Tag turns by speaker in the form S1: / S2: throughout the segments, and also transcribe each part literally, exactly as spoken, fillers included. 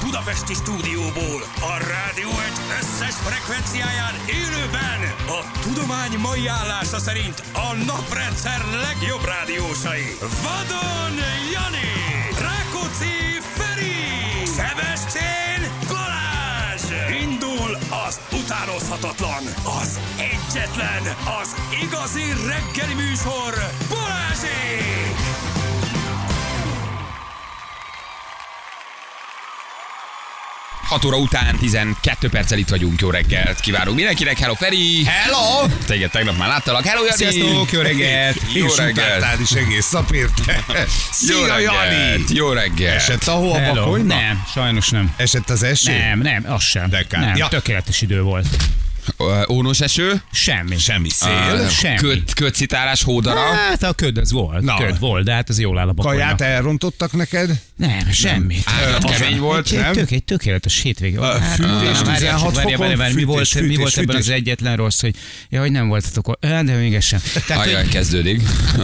S1: budapesti stúdióból, a Rádió egy összes frekvenciáján élőben a tudomány mai állása szerint a naprendszer legjobb rádiósai. Vadon Jani, Rákóczi Feri, Sebestyén Balázs. Indul az utánozhatatlan, az egyetlen, az igazi reggeli műsor, Balázsék!
S2: hat óra után tizenkét perccel itt vagyunk, jó reggelt kívánunk mindenkinek. Hello Feri!
S3: Hello!
S2: Téged tegnap már láttalak. Hello Jani!
S3: Sziasztok, jó reggelt!
S2: Jó
S3: És
S2: reggelt!
S3: utáttál is egész szapért.
S2: Jó reggelt! Jó reggelt!
S3: Esett a hó a
S4: Hello.
S3: bakonyba?
S4: Nem, sajnos nem.
S3: Esett az eső?
S4: Nem, nem, az sem.
S3: De kár.
S4: Nem,
S3: Ja.
S4: tökéletes idő volt.
S2: Ö, Ónos eső?
S4: Semmi.
S3: Semmi szél.
S2: Ö,
S4: semmi.
S2: Köd, ködcitálás, hódara?
S4: Hát a köd az volt,
S3: Na.
S4: köd volt, de hát ez jól áll a bakonynak.
S3: Kaját elrontottak neked?
S4: Nem, semmit.
S2: Ágyat
S4: Az-
S2: kemény volt,
S4: egy,
S3: nem?
S4: Tök, egy tökéletes hétvége.
S3: A
S4: Hát,
S3: fűtés
S4: várjál,
S3: tizenhat
S4: várjál,
S3: fokon,
S4: várjál, mi
S3: fűtés,
S4: volt, mi
S3: fűtés,
S4: volt ebben
S3: fűtés.
S4: az egyetlen rossz, hogy ja, hogy nem voltatok ott. Á, de még ez sem. Tehát,
S2: Ajaj,
S4: hogy-
S2: kezdődik.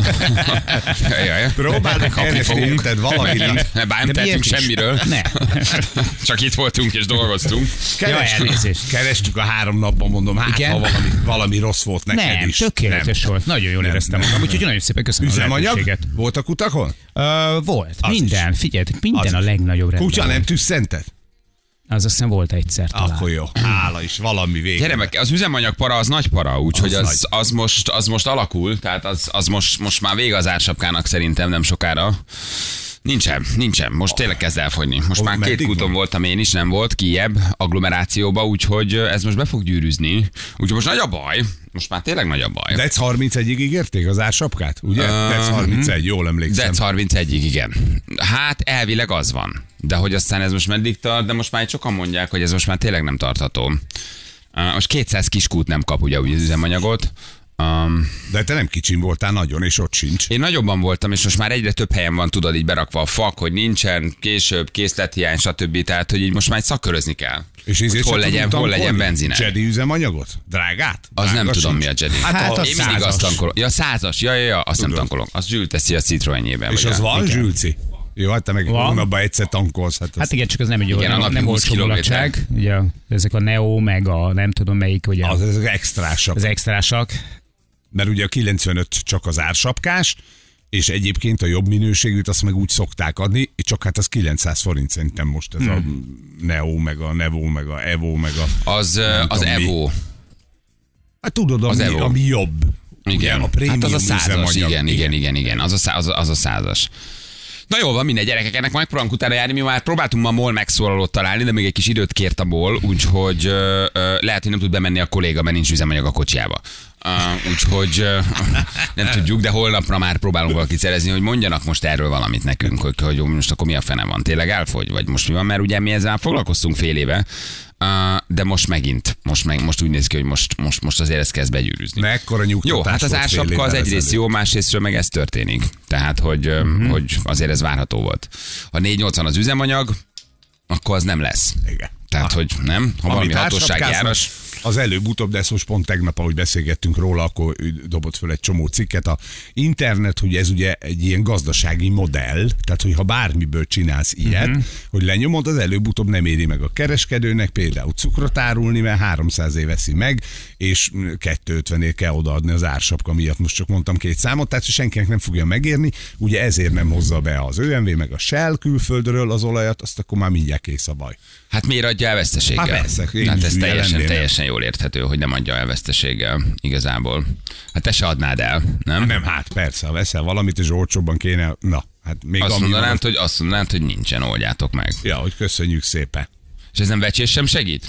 S2: Ajaj.
S3: Próbáld meg
S2: Kapni
S3: keresni,
S2: fogunk.
S3: érted, valakinek.
S2: Bár nem
S4: De
S2: tehetünk
S4: miért is?
S2: semmiről.
S4: Ne.
S2: Csak itt voltunk és dolgoztunk.
S3: Kerestük,
S4: elnézést.
S3: kerestük a három napban, mondom, hát
S4: Igen?
S3: ha valami, valami rossz volt neked
S4: Nem,
S3: is.
S4: tökéletes
S3: Nem.
S4: volt. Nagyon jól
S3: Nem,
S4: éreztem
S3: nem.
S4: magam. Úgyhogy nagyon szépen köszönöm a
S3: Üzemanyag?
S4: lehetőséget.
S3: Voltak utakon?
S4: Ö, volt.
S3: Az
S4: Minden.
S3: is.
S4: Figyelj, minden
S3: Az
S4: a
S3: is.
S4: legnagyobb rendben.
S3: Kutya nem tüsszentett?
S4: Az azt hiszem volt egyszer talán.
S3: Akkor jó. Hála is, valami végre.
S2: Gyere meg, az üzemanyag para az nagy para, úgyhogy
S3: Az
S2: az, az, most, az most alakul, tehát az, az most, most már vége az ársapkának szerintem nem sokára. Nincsen, nincsen. Most tényleg kezd elfogyni. Most
S3: Ó,
S2: már két
S3: meddig
S2: kúton
S3: van?
S2: voltam én is, nem volt, kijebb, agglomerációba, úgyhogy ez most be fog gyűrűzni. Úgyhogy most nagy a baj. Most már tényleg nagy a baj.
S3: Dec harmincegyig ígérték az ársapkát, ugye?
S2: Ö,
S3: Dec harmincegy, jól emlékszem.
S2: Dec harmincegyig, igen. Hát elvileg az van. De hogy aztán ez most meddig tart, de most már sokan mondják, hogy ez most már tényleg nem tartható. Uh, Most kétszáz kiskút nem kap ugye úgy az üzemanyagot. Um,
S3: De te nem kicsin voltál nagyon, és ott sincs.
S2: Én nagyobban voltam, és most már egyre több helyen van, tudod, így berakva a fak, hogy nincsen, később, készlethiány, stb. Tehát, hogy így most már szakkörözni kell.
S3: És
S2: Hogy
S3: ezért
S2: hol
S3: se
S2: legyen,
S3: tudunk
S2: hol legyen
S3: tankolni?
S2: benzines.
S3: Jedi üzemanyagot? Drágát?
S2: Az
S3: Drága
S2: nem tudom,
S3: sincs.
S2: mi a Jedi.
S3: Hát,
S4: Hát
S3: a,
S4: az
S2: Én mindig
S4: százas.
S2: azt tankolom. Ja, százas, ja, ja, ja, azt nem
S3: Tudom.
S2: tankolom. Azt Zsül teszi a Citroenjében.
S3: és
S2: vagy
S3: az
S2: a-
S3: van,
S4: igen.
S3: Zsülci? Jó, hát te meg
S4: Van.
S3: hónapban egyszer tankolsz. Hát,
S4: Hát
S3: az,
S4: igen, csak az nem egy jó,
S2: Igen, a
S4: nem,
S2: napi
S4: nem
S2: húsz
S4: olcsó
S2: kilométer.
S4: mulatság. Ugye ezek a Neo, meg a nem tudom melyik, ugye
S3: az,
S4: az,
S3: ezek extrásak.
S4: az extrásak.
S3: Mert ugye a kilencvenöt csak az ársapkás, és egyébként a jobb minőségűt azt meg úgy szokták adni, csak hát az kilencszáz forint szerintem most ez hmm. a Neo, meg a Nevo, meg a Evo, meg a...
S2: Az,
S3: nem
S2: az
S3: tudom mi.
S2: Evo.
S3: Hát tudod,
S2: Az
S3: ami,
S2: Evo.
S3: ami jobb.
S2: Igen,
S3: Ugye, a
S2: hát
S3: prémium
S2: az a százas,
S3: üzemanyag.
S2: igen, igen, igen, igen, az a, szá- az, a, az a százas. Na jól van, mindegy, gyerekek, ennek megpróbálunk utána járni, mi már próbáltunk ma MOL megszólalót találni, de még egy kis időt kért a MOL, úgyhogy ö, ö, lehet, hogy nem tud bemenni a kolléga, mert nincs üzemanyag a kocsiába. Uh, úgyhogy uh, nem tudjuk, de holnapra már próbálunk valakit szerezni, hogy mondjanak most erről valamit nekünk, hogy, hogy most akkor mi a fene van, tényleg elfogy, vagy most mi van, mert ugye mi ezzel foglalkoztunk fél éve, uh, de most megint, most, meg, most úgy néz ki, hogy most, most, most azért ez kezd begyűrűzni.
S3: Mekkora nyugtatás
S2: Jó, hát az
S3: volt fél
S2: ársapka az
S3: évvel
S2: egyrészt
S3: ezelőtt.
S2: jó, másrésztről meg ez történik. Tehát, hogy, uh-huh. hogy azért ez várható volt. Ha négy nyolcvan az üzemanyag, akkor az nem lesz.
S3: Igen.
S2: Tehát, hogy nem, ha valami
S3: Amit
S2: hatósági
S3: ársapkáznak,
S2: áras.
S3: Az előbb-utóbb, de ezt most pont tegnap, ahogy beszélgettünk róla, akkor ő dobott föl egy csomó cikket. A internet, hogy ez ugye egy ilyen gazdasági modell, tehát hogy ha bármiből csinálsz ilyet, uh-huh. hogy lenyomod, az előbb-utóbb nem éri meg a kereskedőnek például cukrot árulni, mert háromszáz év veszi meg, és kétszázötvenért kell odaadni az ársapka miatt. Most csak mondtam két számot, tehát senkinek nem fogja megérni, ugye ezért nem hozza be az ö em vé meg a Shell külföldről az olajat, azt akkor már mindjárt kész a baj.
S2: Hát miért adja el veszteséggel?
S3: Hát persze, én
S2: hát
S3: is
S2: ez
S3: hülye
S2: teljesen,
S3: lennél, nem?
S2: teljesen jól érthető, hogy nem adja el veszteséggel igazából. Hát te se adnád el, nem?
S3: Nem, hát persze, ha veszel valamit, és olcsóbban kéne, na, hát még
S2: Azt
S3: ami
S2: mondanád,
S3: van-
S2: hogy, azt mondanád, hogy nincsen, oldjátok meg.
S3: Ja, hogy köszönjük szépen.
S2: És ez nem vecsés sem segít?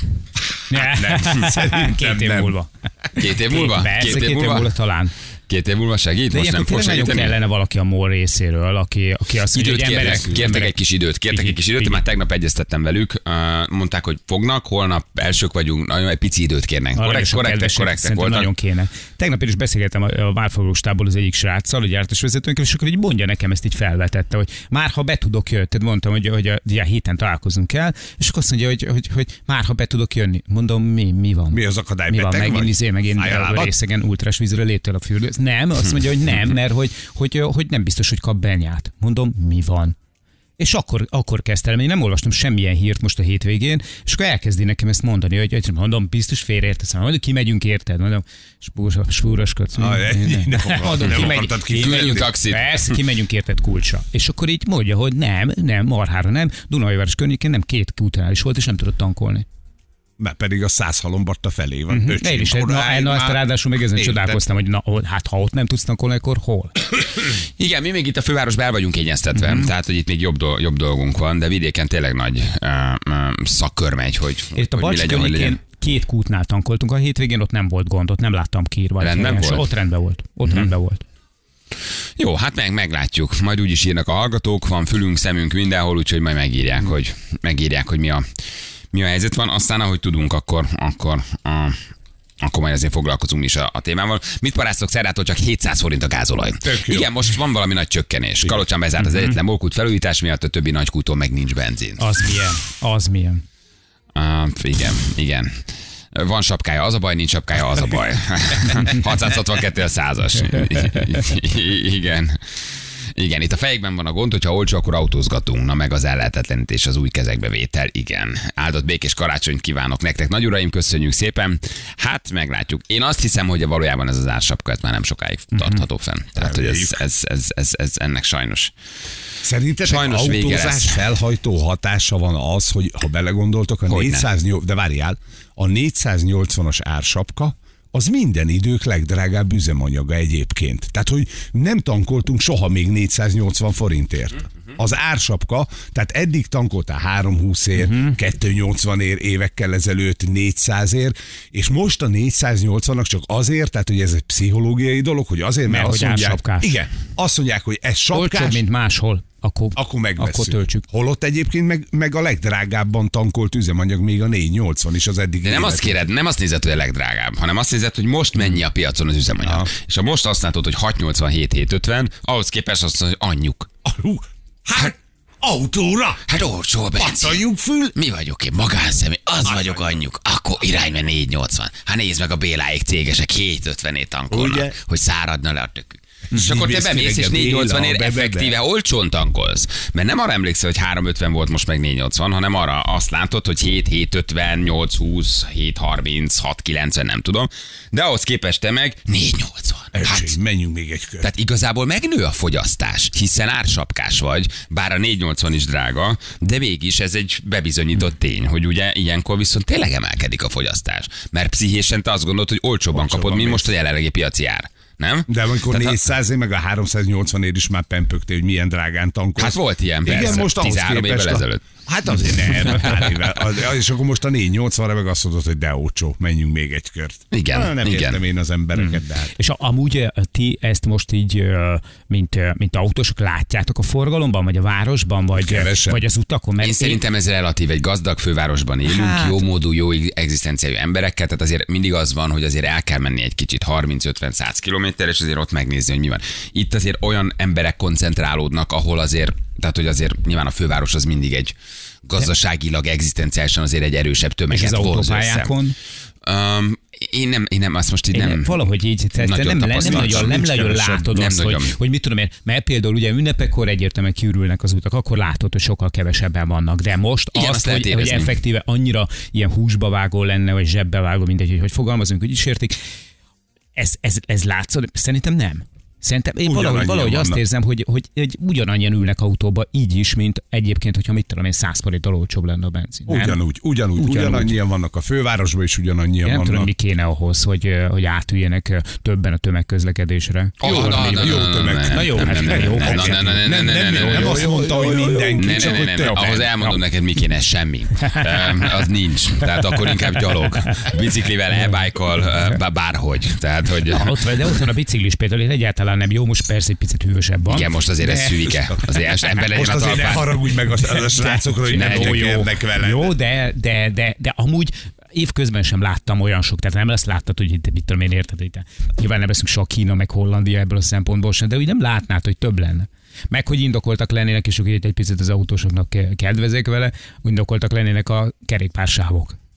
S4: Nem,
S3: Szerintem
S4: két év
S3: nem.
S4: múlva.
S2: Két év múlva?
S4: Persze, két év múlva talán.
S2: Két év múlva segít?
S4: De
S2: Most nem
S4: ilyenkor
S2: fog
S4: tényleg nagyon
S2: segíteni?
S4: kellene valaki a MOL részéről, aki, aki azt mondja,
S2: Időt
S4: hogy
S2: kértek,
S4: emberek,
S2: kértek
S4: emberek
S2: egy kis időt, kértek egy kis időt,
S4: Igen.
S2: már tegnap egyeztettem velük, uh, mondták, hogy fognak, holnap elsők vagyunk, nagyon egy pici időt kérnek. Korrekt,
S4: Aranyosak,
S2: korrektek,
S4: kedvesek,
S2: korrektek
S4: szerintem
S2: voltak.
S4: nagyon kéne. Tegnap én is beszélgettem a, a válfoglalós táborból az egyik sráccal, a gyártásvezetőnkkel, és akkor így mondja nekem, ezt így felvetette, hogy már ha be tudok jönni, tehát mondtam, hogy, hogy a, a héten találkozunk el, és akkor azt mondja, hogy, hogy, hogy már ha be tudok jönni. Mondom, mi, mi van?
S3: Mi az akadály?
S4: Mi van?
S3: Beteg
S4: Megint
S3: vagy?
S4: izé, megint
S3: Fáj a lábad?
S4: részegen ultrás vízre léptél a fürdő. Nem, azt mondja, hogy nem, mert hogy, hogy, hogy nem biztos, hogy kap benyát. Mondom, mi van? És akkor, akkor kezdtem el, én nem olvastam semmilyen hírt most a hétvégén, és akkor elkezdi nekem ezt mondani, hogy, hogy mondom, biztos félreértesz, mondom, kimegyünk érted, mondom, spúroskodsz. Mondom,
S2: kimegyünk taxit.
S4: Persze, kimegyünk érted kulcsra. És akkor így mondja, hogy nem, nem, marhára nem, Dunaújváros környékén nem, két útnál is volt, és nem tudott tankolni.
S3: Mert pedig a száz halombatta felé van.
S4: Uh-huh. Én is, na, na ezt ráadásul meg ezen csodálkoztam, hogy na, hát ha ott nem tudsz tankolni, akkor hol?
S2: Igen, mi még itt a fővárosban el vagyunk kényeztetve, uh-huh. tehát hogy itt még jobb, do- jobb dolgunk van, de vidéken tényleg nagy uh, uh, szakkör megy, hogy,
S4: itt
S2: hogy
S4: a
S2: mi legyen, hogy legyen.
S4: Két kútnál tankoltunk a hétvégén, ott nem volt gond, ott nem láttam kiírva.
S2: Rendben volt?
S4: Ott rendben volt. Ott uh-huh. rendben volt.
S2: Jó, hát meg meglátjuk. Majd úgyis írnak a hallgatók, van fülünk, szemünk mindenhol, úgyhogy majd megírják, uh-huh. hogy, megírják, hogy mi a mi a helyzet van, aztán ahogy tudunk, akkor, akkor, uh, akkor majd azért foglalkozunk is a, a témával. Mit paráztok szerdától, csak hétszáz forint a gázolaj. Igen, most van valami nagy csökkenés. Kalocsán bezárt az egyetlen molkút felújítás miatt, a többi nagykúton meg nincs benzin.
S4: Az milyen, az milyen.
S2: Uh, igen, igen. Van sapkája, az a baj, nincs sapkája, az a baj. hatszázhatvankettő a százas. Igen. Igen, itt a fejekben van a gond, hogyha olcsó, akkor autózgatunk. Na meg az ellehetetlenítés, az új kezekbe vétel. Igen. Áldott békés karácsonyt kívánok nektek, nagy uraim, köszönjük szépen. Hát meglátjuk. Én azt hiszem, hogy valójában ez az ársapka, ez már nem sokáig tartható fenn. Tehát, hogy ez, ez, ez, ez, ez ennek sajnos.
S3: Szerintetek
S2: sajnos
S3: autózás felhajtó hatása van az, hogy ha belegondoltok, a négyszáznyolcvan, de várjál, a négyszáznyolcvanas ársapka, az minden idők legdrágább üzemanyaga egyébként. Tehát, hogy nem tankoltunk soha még négyszáznyolcvan forintért. Az ársapka, tehát eddig tankoltál háromszázhúszért, uh-huh. kétszáznyolcvanért évekkel ezelőtt, négyszázért, és most a négyszáznyolcvannak csak azért, tehát hogy ez egy pszichológiai dolog, hogy azért, mert, mert azt mondják,
S4: ársapkás.
S3: Igen, azt mondják, hogy ez sapkás.
S4: Olcsóbb, mint máshol. Akkor,
S3: akkor megveszünk.
S4: Akkor töltsük.
S3: Holott egyébként meg, meg a legdrágábban tankolt üzemanyag még a négyszáznyolcvan is az eddig.
S2: De nem azt kéred, nem azt nézed, hogy a legdrágább, hanem azt nézed, hogy most mennyi a piacon az üzemanyag. Aha. És ha most azt látod, hogy hatszáznyolcvanhét hétszázötven, ahhoz képest azt mondod, hogy anyjuk.
S3: Alú, hát autóra!
S2: Hát olcsó a benzin.
S3: Pattanjunk fül!
S2: Mi vagyok én, magánszemély, az Aj, vagyok anyjuk. Akkor irányba négyszáznyolcvan. Hát nézd meg a Béláék cégesek hétszázötvenét tankolnak, ugye? Hogy száradna le a tökük. És akkor te bemész, és négyszáznyolcvanért effektíve olcsón tankolsz. Mert nem arra emlékszel, hogy háromszázötven volt, most meg négyszáznyolcvan, hanem arra azt látod, hogy hét, hétszázötven, nyolcszázhúsz, hétszázharminc, hatszázkilencven, nem tudom. De ahhoz képest te meg négyszáznyolcvan.
S3: Hát, menjünk még egy kör.
S2: Tehát igazából megnő a fogyasztás, hiszen ársapkás vagy, bár a négyszáznyolcvan is drága, de mégis ez egy bebizonyított tény, hogy ugye ilyenkor viszont tényleg emelkedik a fogyasztás. Mert pszichésen te azt gondolod, hogy olcsóbban, olcsóbban kapod, mint most a jelenlegi piaci ár. Nem?
S3: De amikor négyszázért meg a háromszáznyolcvanért is már pempögtél, hogy milyen drágán tankolsz.
S2: Hát volt ilyen, persze. Igen, most tizenhárom évvel ezelőtt.
S3: Hát azért nem, pár évvel. És akkor most a négyszáznyolcvanra meg azt mondod, hogy de olcsó, menjünk még egy kört.
S2: Igen,
S3: Na, nem
S2: igen.
S3: értem én az embereket, mm. de hát.
S4: És amúgy ti ezt most így, mint, mint autósok látjátok a forgalomban, vagy a városban, vagy, vagy az utakon?
S2: Mert én, én szerintem ez relatív, egy gazdag fővárosban élünk, hát... jó módú, jó egzisztenciájú emberekkel, tehát azért mindig az van, hogy azért el kell menni egy kicsit harminc-ötven-száz kilométer, és azért ott megnézni, hogy mi van. Itt azért olyan emberek koncentrálódnak, ahol azért, tehát hogy azért nyilván a főváros az mindig egy gazdaságilag, egzisztenciálisan azért egy erősebb tömeget
S4: és az autópályákon?
S2: Um, én nem, én nem, azt most így
S4: én
S2: nem...
S4: Valahogy így, nem, nem, nem nagyon, nem nagyon látod azt, hogy, hogy mit tudom én, mert például ugye ünnepekkor egyértelműen kiürülnek az utak, akkor látod, hogy sokkal kevesebben vannak, de most igen, azt, azt hogy, hogy effektíve annyira ilyen húsba vágó lenne, vagy zsebbe vágó, mindegy, hogy, hogy fogalmazunk, hogy is értik, ez, ez, ez látszod, szerintem nem. Szerintem én valahogy, valahogy azt érzem, hogy, hogy, hogy ugyanannyian ülnek autóba így is, mint egyébként, hogyha mit tudom én, száz forinttal olcsóbb lenne a benzin.
S3: Ugyanúgy, ugyanúgy, ugyanúgy, ugyanannyian vannak a fővárosban is, ugyanannyian
S4: nem
S3: vannak.
S4: Nem tudom, mi kéne ahhoz, hogy, hogy átüljenek többen a tömegközlekedésre.
S3: Jó, jó tömeg.
S4: Na jó, hát jó.
S3: Nem azt mondta, hogy mindenki, csak hogy több.
S2: Ahhoz elmondom neked, mi kéne, semmi. Az nincs. Tehát akkor inkább gyalog. Biciklivel, e-bike-kal, bárhogy. Tehát, hogy...
S4: De ott van a biciklis például, egyáltalán nem jó, most persze egy picit hűvösebb van.
S2: Igen, most azért ez szűvike. Azért ember legyen
S3: most
S2: a talpán.
S3: Azért ne haragudj meg a, a srácokra, hogy nem érnek vele.
S4: Jó, de, de, de, de amúgy évközben sem láttam olyan sok, tehát nem lesz láttad, hogy itt, mit tudom én, érted, hogy nyilván nem veszünk sok Kína, meg Hollandia ebből a szempontból sem, de úgy nem látnád, hogy több lenne. Meg, hogy indokoltak lennének, és akkor egy picit az autósoknak kedvezek vele, indokoltak lennének a kerékpársávok.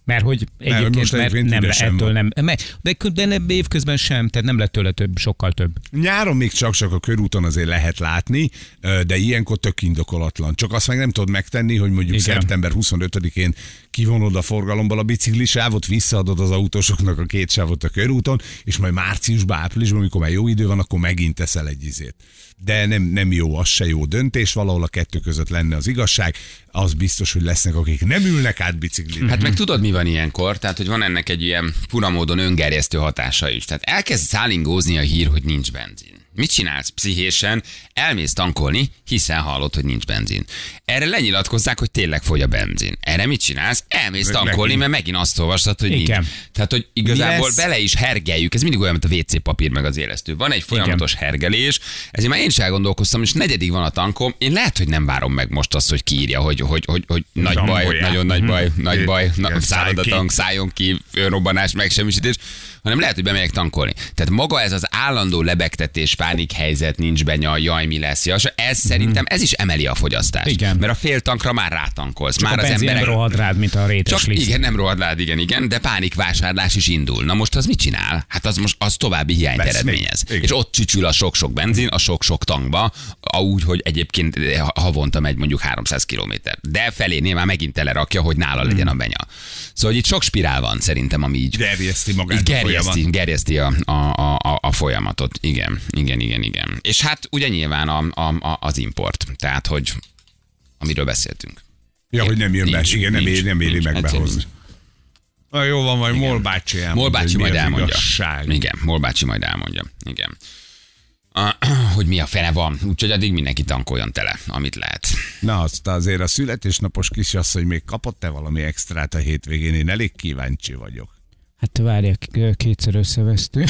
S4: Mert hogy egyébként,
S3: most
S4: mert
S3: egyébként
S4: nem le,
S3: üresen
S4: ettől
S3: van.
S4: nem, de, de nem, évközben sem, tehát nem lett tőle több, sokkal több.
S3: Nyáron még csak-csak a körúton azért lehet látni, de ilyenkor tök indokolatlan. Csak azt meg nem tudod megtenni, hogy mondjuk
S4: Igen.
S3: szeptember huszonötödikén kivonod a forgalomból a biciklisávot, visszaadod az autósoknak a két sávot a körúton, és majd márciusban, áprilisban, amikor már jó idő van, akkor megint teszel egy izét. De nem, nem jó, az se jó döntés, valahol a kettő között lenne az igazság. Az biztos, hogy lesznek, akik nem ülnek át biciklire.
S2: Hát meg tudod, mi van ilyenkor? Tehát, hogy van ennek egy ilyen fura módon öngerjesztő hatása is. Tehát elkezd szállingózni a hír, hogy nincs benzin. Mit csinálsz pszichésen? Elmész tankolni, hiszen hallod, hogy nincs benzin. Erre lenyilatkozzák, hogy tényleg fogy a benzin. Erre mit csinálsz? Elmész
S3: Meg
S2: tankolni,
S3: megint.
S2: mert megint azt olvastad, hogy
S4: Igen.
S2: nincs. Tehát, hogy igazából
S3: lesz?
S2: bele is hergeljük. Ez mindig olyan, mint a vé cé papír meg az élesztő. Van egy folyamatos hergelés, ezért már én is elgondolkoztam, és negyedik van a tankom. Én lehet, hogy nem várom meg most azt, hogy kiírja, hogy, hogy, hogy, hogy nagy baj,
S3: Tankolják.
S2: nagyon nagy baj, nagy baj, na,
S3: Igen,
S2: szárad a
S3: szállj ki.
S2: tank, szálljon ki, önrobbanás, megsemmisítés, hanem lehet, hogy bemegyek tankolni. Tehát maga ez az állandó lebegtetés, pánikhelyzet, nincs benne, jaj, mi lesz, jas, ez szerintem ez is emeli a fogyasztást.
S4: Igen.
S2: Mert a fél tankra már rátankolsz.
S4: Csak
S2: már
S4: a
S2: az
S4: benzin nem
S2: emberek...
S4: rohad rád, mint a rétes
S2: Csak
S4: liszt.
S2: igen, nem rohad rád, igen, igen, de pánikvásárlás is indul. Na most az mit csinál? Hát az most az további hiányt
S3: Vesz
S2: eredményez.
S3: még. Igen.
S2: És ott csücsül a sok-sok benzin, a sok-sok tankba, úgy, hogy egyébként havonta megy mondjuk háromszáz kilométer. De felénél már megint telerakja, hogy nála legyen a benya. Szóval itt sok spirál van szerintem, ami így
S3: Gerjeszti magát
S2: így
S3: a
S2: gerjeszti,
S3: folyamat.
S2: gerjeszti a, a, a, a folyamatot. Igen, igen, igen, igen. És hát ugye nyilván a, a, a, az import. Tehát, hogy amiről beszéltünk.
S3: Ja, hogy nem jön be,
S2: Nincs,
S3: igen, nem
S2: nincs,
S3: éri, nem éri
S2: nincs,
S3: meg
S2: egyszerűen
S3: behozni. Na jó van, majd Mol bácsi elmondja,
S2: Mol bácsi
S3: hogy mi
S2: majd
S3: az
S2: elmondja.
S3: igazság.
S2: Igen, Mol bácsi majd elmondja. Igen. Ah, hogy mi a fene van. Úgyhogy addig mindenki tankoljon tele, amit lehet.
S3: Na, azt azért a születésnapos kisasszony még kapott-e valami extrát a hétvégén? Én elég kíváncsi vagyok.
S4: Hát várják, kétszer összevesztünk.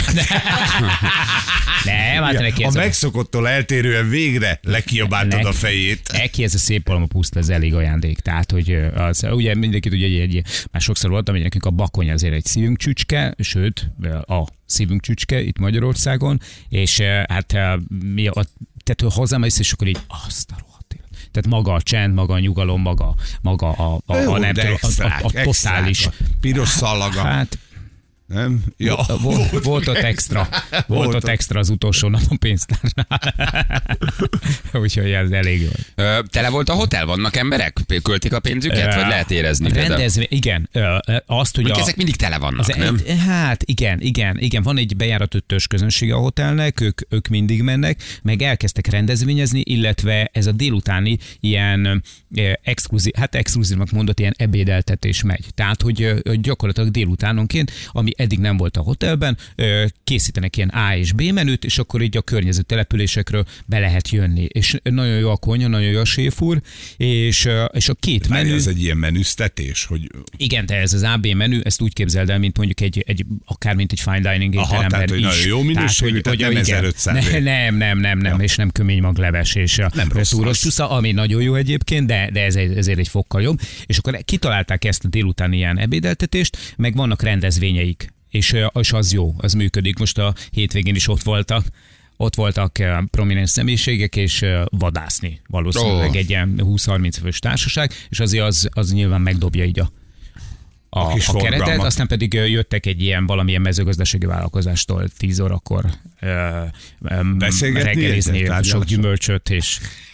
S4: Nem, hát neki
S3: a
S4: ez a,
S3: megszokottól eltérően végre lekiabáltad
S4: Neki-
S3: a fejét.
S4: neki ez a szép palomapuszta, ez elég ajándék. Tehát, hogy az, ugye mindenki tudja, hogy egy, már sokszor voltam, hogy nekünk a bakony azért egy szívünk csücske, sőt, a szívünk csücske itt Magyarországon, és hát mi a tehát hozzám és akkor így azt a rohadt élet. Tehát maga a csend, maga a nyugalom, maga, maga a, a,
S3: Jó,
S4: a, nem
S3: de
S4: tudom, a, a,
S3: extrák,
S4: a totális.
S3: extrák. Piros szallaga.
S4: Hát,
S3: Nem? Ja,
S4: volt, volt, volt ott extra. Volt,
S3: Volt
S4: ott
S3: ott.
S4: extra az utolsó napon pénztárnál. Úgyhogy ez elég jó.
S2: Ö, tele volt a hotel? Vannak emberek? Költik a pénzüket? Vagy lehet érezni? például?
S4: Rendezvény, igen. Ö, ö, Azt, hogy
S2: Mondjuk
S4: a,
S2: ezek mindig tele vannak,
S4: az
S2: nem?
S4: egy, hát igen, igen, igen, van egy bejáratöttős közönsége a hotelnek, ők, ők mindig mennek, meg elkezdtek rendezvényezni, illetve ez a délutáni ilyen eh, exkluzív, hát exkluzívnak mondott ilyen ebédeltetés megy. Tehát, hogy eh, gyakorlatilag délutánonként, ami eddig nem volt a hotelben, eh, készítenek ilyen A és B menüt, és akkor így a környező településekről be lehet jönni. És nagyon jó a konya, nagyon jó a séfúr, és, eh, és a két
S3: Várj,
S4: menü...
S3: ez egy ilyen menüztetés, hogy
S4: Igen, de ez az á bé menü, ezt úgy képzeld el, mint mondjuk egy, egy akár mint egy fine dining
S3: Aha,
S4: étteremben
S3: tehát, hogy
S4: is.
S3: nagyon jó minőségű, tehát nem
S4: igen.
S3: ezerötszáz
S4: Ne, nem, nem, nem, nem,
S3: Ja.
S4: és nem kömény magleves, és a
S3: Nem rossz
S4: túros
S3: az.
S4: csusza, ami nagyon jó egyébként, de, de ez egy, ezért egy fokkal jobb. És akkor kitalálták ezt a délután ilyen ebédeltetést, meg vannak rendezvényeik, és, és az jó, az működik. Most a hétvégén is ott voltak. Ott voltak uh, prominens személyiségek, és uh, vadászni valószínűleg
S2: Oh.
S4: egy ilyen húsz-harminc fős társaság, és azért az, az nyilván megdobja így a, a,
S3: A kis
S4: a keretet,
S3: forgalmat.
S4: aztán pedig uh, jöttek egy ilyen valamilyen mezőgazdasági vállalkozástól tíz órakor uh, um,
S3: Beszélgetni
S4: reggelizni,
S3: érted?
S4: sok
S3: Tárgyalásra?
S4: gyümölcsöt, és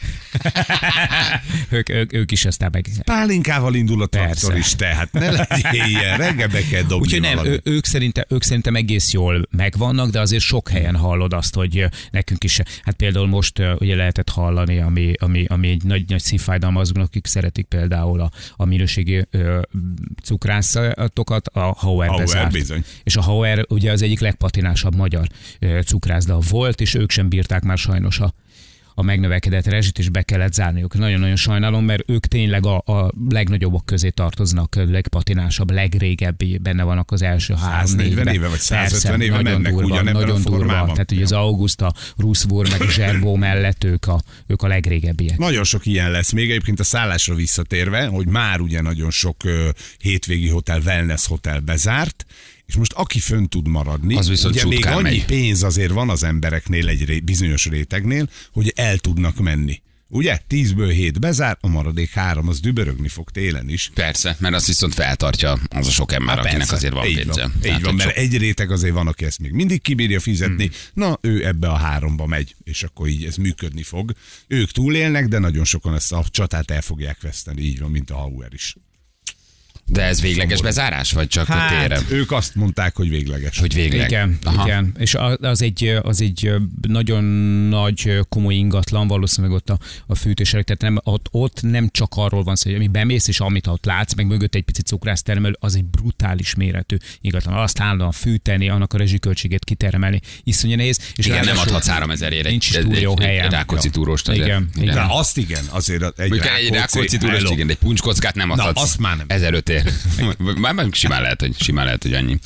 S4: ők, ők, ők is aztán meg...
S3: pálinkával indul a
S4: Persze.
S3: traktor is, tehát ne legyél ilyen, reggel be kell dobni
S4: Úgyhogy nem,
S3: valamit.
S4: ő, ők, szerintem, ők szerintem egész jól megvannak, de azért sok helyen hallod azt, hogy ö, nekünk is, hát például most ö, ugye lehetett hallani, ami, ami, ami egy nagy-nagy szívfájdalma azoknak, akik szeretik például a, a minőségi ö, cukrászatokat, a Hauer
S3: Hauer,
S4: bezárt.
S3: bizony.
S4: És a Hauer ugye az egyik legpatinásabb magyar ö, cukrászda volt, és ők sem bírták már sajnos a a megnövekedett rezsit, és be kellett zárniuk. Nagyon-nagyon sajnálom, mert ők tényleg a, a legnagyobbak közé tartoznak, legpatinásabb, legrégebbi, benne vannak az első három
S3: száznegyven éve, vagy százötven éve
S4: nagyon
S3: mennek
S4: durva,
S3: ugyanebben a
S4: nagyon durva.
S3: formában.
S4: Tehát ugye az Augusta, Ruszvur, meg a Zserbó mellett ők a, ők a legrégebbiek.
S3: Nagyon sok ilyen lesz. Még egyébként a szállásra visszatérve, hogy már ugye nagyon sok ö, hétvégi hotel, wellness hotel bezárt, és most aki fönn tud maradni,
S2: Az viszont
S3: ugye még
S2: csutkán
S3: annyi
S2: megy.
S3: pénz azért van az embereknél egy ré, bizonyos rétegnél, hogy el tudnak menni. Ugye? tízből hét bezár, a maradék három az dübörögni fog télen is.
S2: Persze, mert azt viszont feltartja az a sok ember,
S3: Há,
S2: akinek
S3: persze.
S2: azért van
S3: így
S2: pénze.
S3: Van.
S2: Tehát,
S3: Így van, mert
S2: sok...
S3: egy réteg azért van, aki ezt még mindig kibírja fizetni. Hmm. Na, ő ebbe a háromba megy, és akkor így ez működni fog. Ők túlélnek, de nagyon sokan ezt a csatát el fogják veszteni, így van, mint a Hauer is.
S2: De ez végleges bezárás, vagy csak hát, térre?
S3: Ők azt mondták, hogy végleges.
S2: Hogy végleg.
S4: Igen, igen. És az egy, az egy nagyon nagy, komoly ingatlan, valószínűleg ott a, a fűtések, tehát nem, ott, ott nem csak arról van szó, hogy ami bemész, és amit ott látsz, meg mögött egy picit cukrásztermelő, az egy brutális méretű ingatlan. Azt állandóan fűteni, annak a rezsiköltségét kitermelni, iszonyú nehéz. És
S2: igen, nem adhatsz háromezer-ére
S4: nincs stúdió helyen.
S2: Egy Rákóczi túróst.
S4: Igen, igen.
S3: igen. De azt igen, azért egy
S2: Rákóczi, egy Rákóczi túróst, igen, de egy puncskockát nem adhatsz.
S3: Na, azt már nem.
S2: ezeröt ér. Már simán lehet, hogy, simán lehet, hogy annyi.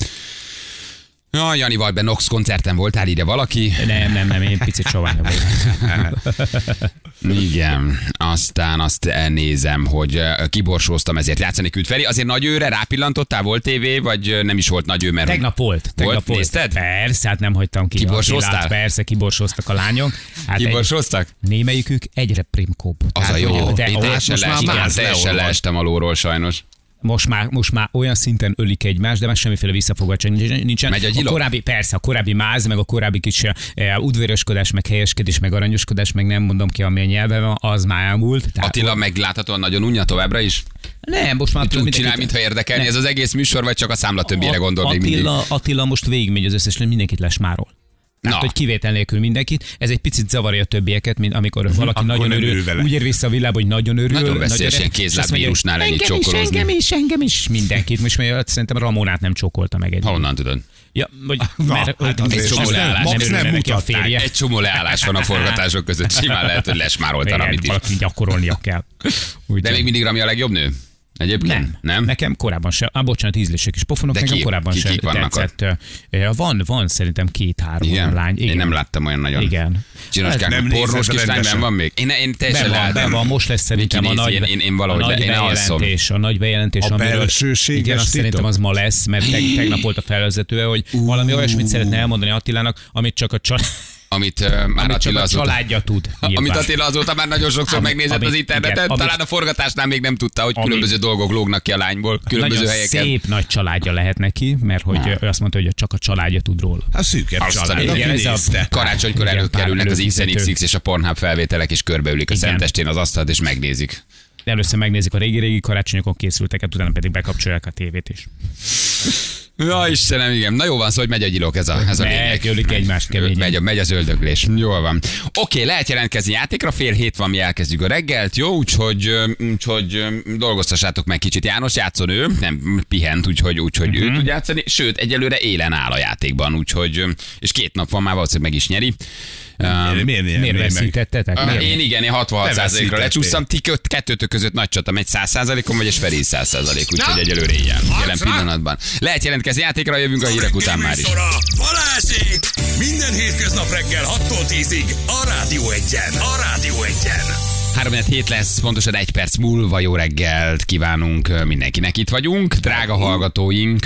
S2: Ja, Janival be Nox koncerten voltál, ide valaki?
S4: Nem, nem, nem, én picit sovány vagyok.
S2: Igen, aztán azt nézem, hogy kiborsóztam, ezért játszani küld felé. Azért nagy őre rápillantottál, volt tévé, vagy nem is volt nagy ő, mert...
S4: Tegnap volt. Tegnap
S2: volt,
S4: volt.
S2: Nézted?
S4: Persze, hát nem hagytam ki.
S2: Kiborsóztál?
S4: Persze, kiborsóztak a lányok. Hát
S2: Kiborsóztak?
S4: Egy, némelyikük egyre primkóbb.
S2: Az a jó. Én teljesen,
S3: már
S2: teljesen leestem alulról sajnos.
S4: Most már, most már olyan szinten ölik egymást, de már semmiféle visszafogadtság nincsen.
S2: Megy a
S4: a
S2: gyilok?
S4: korábbi, persze, a korábbi máz, meg a korábbi kis e, udvároskodás, meg helyeskedés, meg aranyoskodás, meg nem mondom ki, ami a nyelven van, az már elmúlt. Tehát
S2: Attila meg láthatóan nagyon unja továbbra is?
S4: Nem, most már...
S2: Úgy csinál, mintha érdekelni ez az egész műsor, vagy csak a számla többére gondol még mindig?
S4: Attila, Attila most végigmegy az összes, mindenkit lesmárol. Tehát, hogy kivétel nélkül mindenkit. Ez egy picit zavarja a többieket, mint amikor uh-huh, valaki nagyon örül, úgy ér vissza a világba, hogy nagyon örül.
S2: Nagyon veszélyes, ilyen kézlábvírusnál ennyit csókolózni.
S4: Engem is, engem is, mindenkit. Most már szerintem Ramonát nem csókolta meg egy.
S2: Honnan tudod?
S4: Ja, vagy,
S3: Na,
S4: mert
S3: hát
S2: egy csomó leállás,
S3: Max nem, nem
S4: neki a férje.
S2: Egy csomó leállás van a forgatások között. Simán lehet, hogy lesmároltan, amit is.
S4: Valaki gyakorolnia kell. Úgy
S2: De még mindig Rami a legjobb nő? Egyébként?
S4: Nem.
S2: nem.
S4: Nekem korábban sem. Ah, bocsánat, ízlések is pofonok,
S2: De
S4: nekem
S2: ki,
S4: korábban
S2: ki,
S4: sem
S2: kik vannak
S4: tetszett. Ott? Van, van szerintem két-három
S2: Igen?
S4: lány. Igen.
S2: Én nem láttam olyan nagyon.
S4: Igen.
S2: Csinoskák,
S3: nem
S2: pornós
S3: nézed
S2: kislány,
S3: rendesen.
S2: van még? Én, én teljesen
S4: Be van, be
S2: lehetem.
S4: van, most lesz szerintem a
S2: Miki
S4: nagy,
S2: nézi, én, én valahogy
S4: a nagy
S2: le, én alszom.
S4: bejelentés, a nagy bejelentés,
S3: A
S4: amiről,
S3: belsőséges
S4: igen, azt
S3: titok?
S4: szerintem az ma lesz, mert teg, tegnap volt a felvezetője, hogy valami olyasmit szeretne elmondani Attilának, amit csak a család.
S2: Amit uh, már
S4: Amit
S2: Attila
S4: csak a
S2: azóta,
S4: családja tud.
S2: amit
S4: nyilván.
S2: Attila azóta már nagyon sokszor
S4: Ami-
S2: megnézett
S4: amit-
S2: az interneten,
S4: igen, amit-
S2: talán a forgatásnál még nem tudta, hogy
S4: Ami-
S2: különböző dolgok lógnak ki a lányból, különböző
S4: Nagyon
S2: helyeken.
S4: szép nagy családja lehet neki, mert hogy ő azt mondta, hogy csak a családja tud róla.
S3: Hát szűkebb
S2: Azt
S3: család,
S2: a-
S3: aki
S4: igen, ez a-
S3: nézte.
S2: Karácsonykor
S4: Igen,
S2: előkerülnek
S4: pár
S2: az X N X X
S4: előfizető.
S2: és a Pornhub felvételek, és körbeülik a
S4: Igen.
S2: Szentestén az asztalt, és megnézik.
S4: Először megnézik a régi-régi karácsonyokon készülteket, utána pedig bekapcsolják a tévét is.
S2: Ja, Istenem, igen. Na jó van, szóval hogy megy a gyilok, ez a, ez a lényeg.
S4: Megölik egymást keményen.
S2: Megy, a- megy az öldöklés. Jól van. Oké, lehet jelentkezni játékra, fél hét van, mi elkezdjük a reggelt, jó? Úgyhogy, ö, úgyhogy ö, dolgoztassátok meg kicsit. János játszon ő, nem pihent, úgyhogy, úgyhogy uh-huh. ő tud játszani. Sőt, egyelőre élen áll a játékban, úgyhogy, ö, és két nap van már, valószínűleg meg is nyeri.
S3: Miért, miért, miért,
S4: Miért veszítettetek?
S2: Uh,
S4: Miért?
S2: én igen, én hatvanhat százalékra
S3: veszítettél.
S2: lecsúsztam, ti kö- kettőtök között nagy csata, megy száz százalékon, vagy és Feri száz százalék, úgyhogy egyelőre így jár, jelen pillanatban. Lehet jelentkezni játékra, jövünk a hírek után már is.
S1: Műsora, Balázsék! Minden hétköznap reggel hattól tízig a Rádió Egyen. A Rádió Egyen.
S2: három hét lesz, pontosan egy perc múlva jó reggelt kívánunk mindenkinek, itt vagyunk, drága hallgatóink.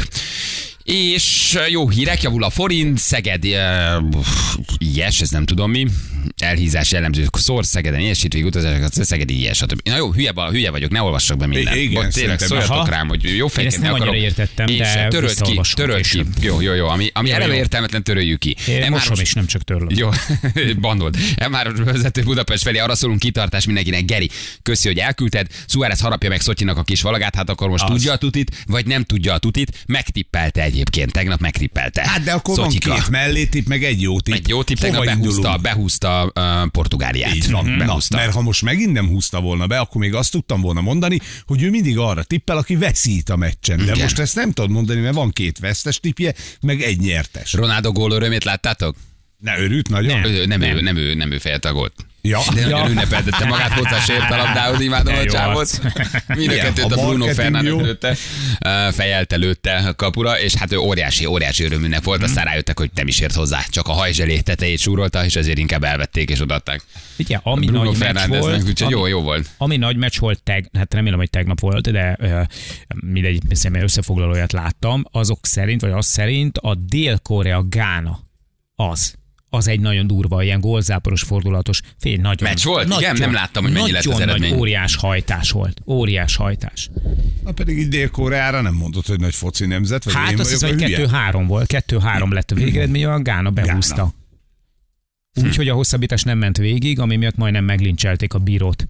S2: És jó hírek, javul a forint, Szeged, uh, ilyes, ez nem tudom mi, elhízás jellemző, szor Szegeden, ilyes, itt végig utazások, Szegedi ilyes, stb. Na jó, hülye, hülye vagyok, ne olvassak be mindent.
S3: Igen,
S2: Bocs, tényleg
S3: szerintem.
S2: szóljatok
S4: Aha.
S2: rám, hogy jó
S4: Én ezt
S2: fejkedni
S4: nem
S2: akarok.
S4: annyira értettem,
S2: Én
S4: de
S2: se. Töröld ki,
S4: visszaolvasom
S2: töröld ki.
S4: később.
S2: Jó, jó, jó, ami, ami
S4: Jó,
S2: eleve
S4: jó.
S2: értelmetlen, töröljük ki.
S4: Én
S2: M
S4: mosom
S2: három
S4: is, nem csak törlöm.
S2: Jó, bandold. M három vezető Budapest felé, arra szólunk, kitartás mindenkinek. Geri, köszi, hogy elküldted. Suárez harapja meg Szotyinak a kis valagát, hát akkor most
S4: Az.
S2: tudja a tutit, vagy nem tudja a tutit. Megtippelte egyébként, tegnap megtippelte.
S3: Hát de akkor
S2: Szotyika.
S3: van két mellétip, meg egy jó tipp.
S2: Egy jó tipp, tegnap
S3: Hova
S2: behúzta,
S3: indulunk?
S2: behúzta uh, Portugáliát.
S3: Így van. Na,
S2: Behúzta.
S3: mert ha most megint nem húzta volna be, akkor még azt tudtam volna mondani, hogy ő mindig arra tippel, aki veszít a meccsen. De
S2: Igen.
S3: most ezt nem tudod mondani, mert van két vesztes tippje, meg egy nyertes.
S2: Ronaldo gól örömét láttátok?
S3: Ne örült nagyon?
S2: Nem, ő, nem, ő, nem, ő, nem ő fejelte a gólt.
S3: Ja.
S2: De
S3: ja.
S2: nagyon ünnepeltette magát, hozzásért a labdához, imádom
S4: De
S2: a
S4: jó
S2: csávot.
S4: arc.
S2: Mind a
S3: Igen,
S2: kettőt
S3: a
S2: a Bruno
S3: marketing
S2: Fernández
S3: jó.
S2: lőtte, uh, fejelte, lőtte a kapura, és hát ő óriási, óriási öröműnek volt, aztán rájöttek, hogy nem is ért hozzá, csak a hajzselé tetejét súrolta, és ezért inkább elvették és odaadták.
S4: Ugye, ami
S2: Bruno
S4: nagy meccs
S2: Fernándeznek,
S4: volt,
S2: úgyhogy
S4: ami,
S2: jó, jó volt.
S4: ami nagy meccs volt, teg, hát remélem, hogy tegnap volt, de uh, mindegy, személy összefoglalóját láttam, azok szerint, vagy az szerint a Dél-Korea Gána az. az egy nagyon durva, ilyen gólzáporos, fordulatos, fél, nagyon.
S2: Meccs volt?
S4: Nagyon,
S2: Igen, nem láttam, hogy mennyi lett az
S4: nagyon
S2: eredmény.
S4: nagy, óriás hajtás volt. Óriás hajtás.
S3: Na pedig így Dél-Koreára nem mondott, hogy nagy foci nemzet, vagy
S4: Hát
S3: én
S4: azt hiszem,
S3: vagyok
S4: hogy
S3: a hülye?
S4: kettő három volt. kettő három lett a végeredmény, a Gána behúzta. Úgyhogy a hosszabbítás nem ment végig, ami miatt majdnem meglincselték a bírót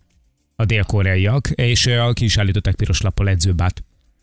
S4: a dél-koreaiak, és ki is állították piros lappal edzőbát.